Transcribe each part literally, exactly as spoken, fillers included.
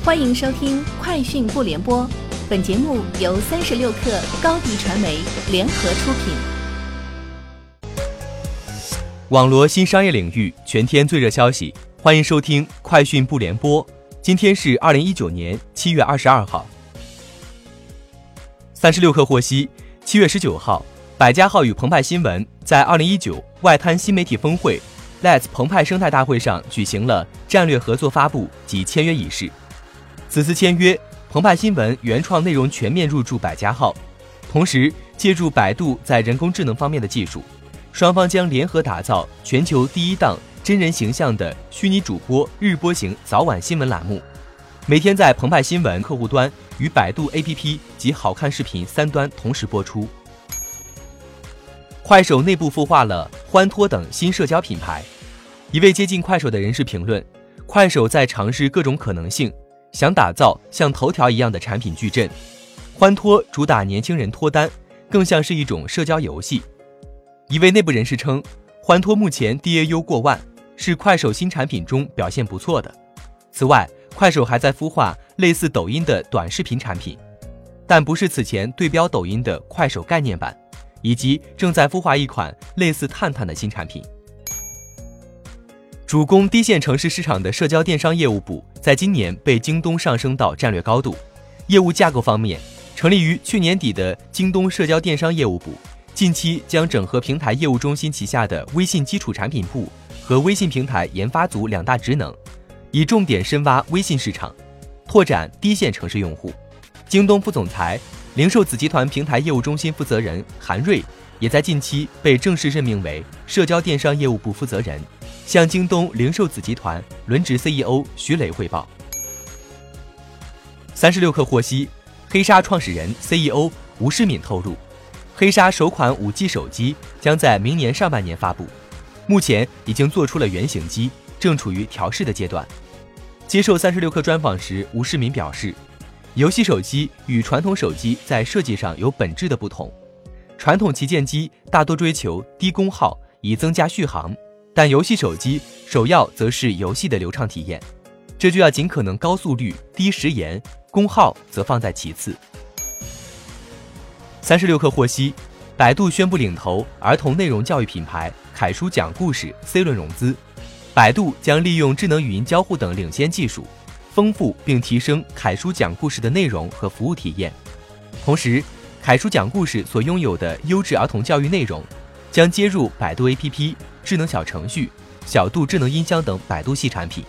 欢迎收听快讯不联播，本节目由三十六克高迪传媒联合出品。 网罗新商业领域全天最热消息，欢迎收听快讯不联播。今天是二零一九年七月二十二号。三十六克获悉，七月十九号，百家号与澎湃新闻在二零一九外滩新媒体峰会 Let's 澎湃生态大会上举行了战略合作发布及签约仪式。此次签约，澎湃新闻原创内容全面入驻百家号，同时借助百度在人工智能方面的技术，双方将联合打造全球第一档真人形象的虚拟主播日播型早晚新闻栏目，每天在澎湃新闻客户端与百度 A P P 及好看视频三端同时播出。快手内部孵化了欢脱等新社交品牌。一位接近快手的人士评论，快手在尝试各种可能性，想打造像头条一样的产品矩阵。欢脱主打年轻人脱单，更像是一种社交游戏。一位内部人士称，欢脱目前 D A U 过万，是快手新产品中表现不错的。此外，快手还在孵化类似抖音的短视频产品，但不是此前对标抖音的快手概念版，以及正在孵化一款类似探探的新产品。主攻低线城市市场的社交电商业务部在今年被京东上升到战略高度。业务架构方面，成立于去年底的京东社交电商业务部近期将整合平台业务中心旗下的微信基础产品部和微信平台研发组两大职能，以重点深挖微信市场，拓展低线城市用户。京东副总裁、零售子集团平台业务中心负责人韩瑞也在近期被正式任命为社交电商业务部负责人，向京东零售子集团轮值 C E O 徐磊汇报。三十六克获悉，黑鲨创始人 C E O 吴世敏透露，黑鲨首款 五 G 手机将在明年上半年发布，目前已经做出了原型机，正处于调试的阶段。接受三十六克专访时，吴世敏表示，游戏手机与传统手机在设计上有本质的不同，传统旗舰机大多追求低功耗以增加续航，但游戏手机首要则是游戏的流畅体验，这就要尽可能高速率、低时延，功耗则放在其次。三十六克获悉，百度宣布领投儿童内容教育品牌凯叔讲故事 C 轮融资，百度将利用智能语音交互等领先技术，丰富并提升凯叔讲故事的内容和服务体验。同时，凯叔讲故事所拥有的优质儿童教育内容将接入百度 A P P、智能小程序、小度智能音箱等百度系产品。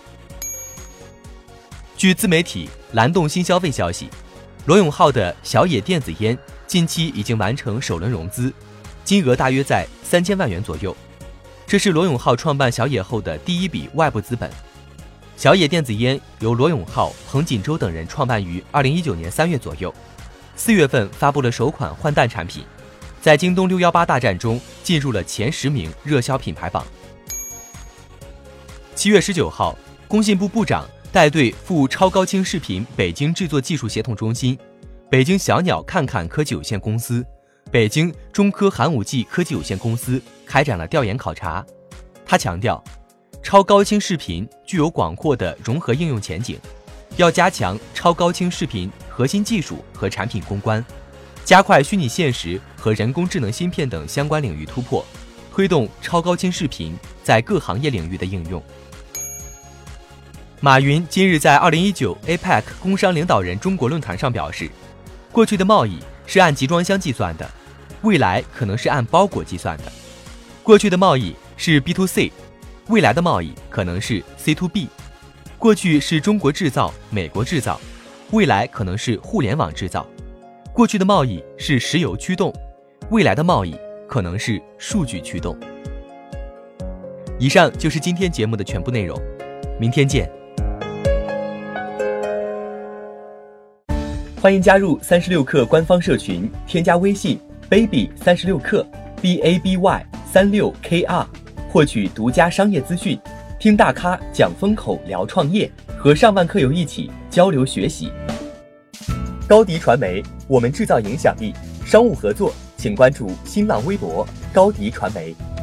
据自媒体蓝洞新消费消息，罗永浩的小野电子烟近期已经完成首轮融资，金额大约在三千万元左右。这是罗永浩创办小野后的第一笔外部资本。小野电子烟由罗永浩、彭锦洲等人创办于二零一九年三月左右，四月份发布了首款换弹产品，在京东六一八大战中进入了前十名热销品牌榜。七月十九号，工信部部长带队赴超高清视频北京制作技术协同中心、北京小鸟看看科技有限公司、北京中科寒武纪科技有限公司开展了调研考察。他强调，超高清视频具有广阔的融合应用前景，要加强超高清视频核心技术和产品攻关，加快虚拟现实和人工智能芯片等相关领域突破，推动超高清视频在各行业领域的应用。马云今日在二零一九 A P E C 工商领导人中国论坛上表示，过去的贸易是按集装箱计算的，未来可能是按包裹计算的。过去的贸易是 B to C， 未来的贸易可能是 C to B。 过去是中国制造、美国制造，未来可能是互联网制造。过去的贸易是石油驱动，未来的贸易可能是数据驱动。以上就是今天节目的全部内容，明天见。欢迎加入三十六克官方社群，添加微信 baby 三十六克 b a b y 三六 k r， 获取独家商业资讯，听大咖讲风口，聊创业，和上万客友一起交流学习。高迪传媒，我们制造影响力。商务合作，请关注新浪微博高迪传媒。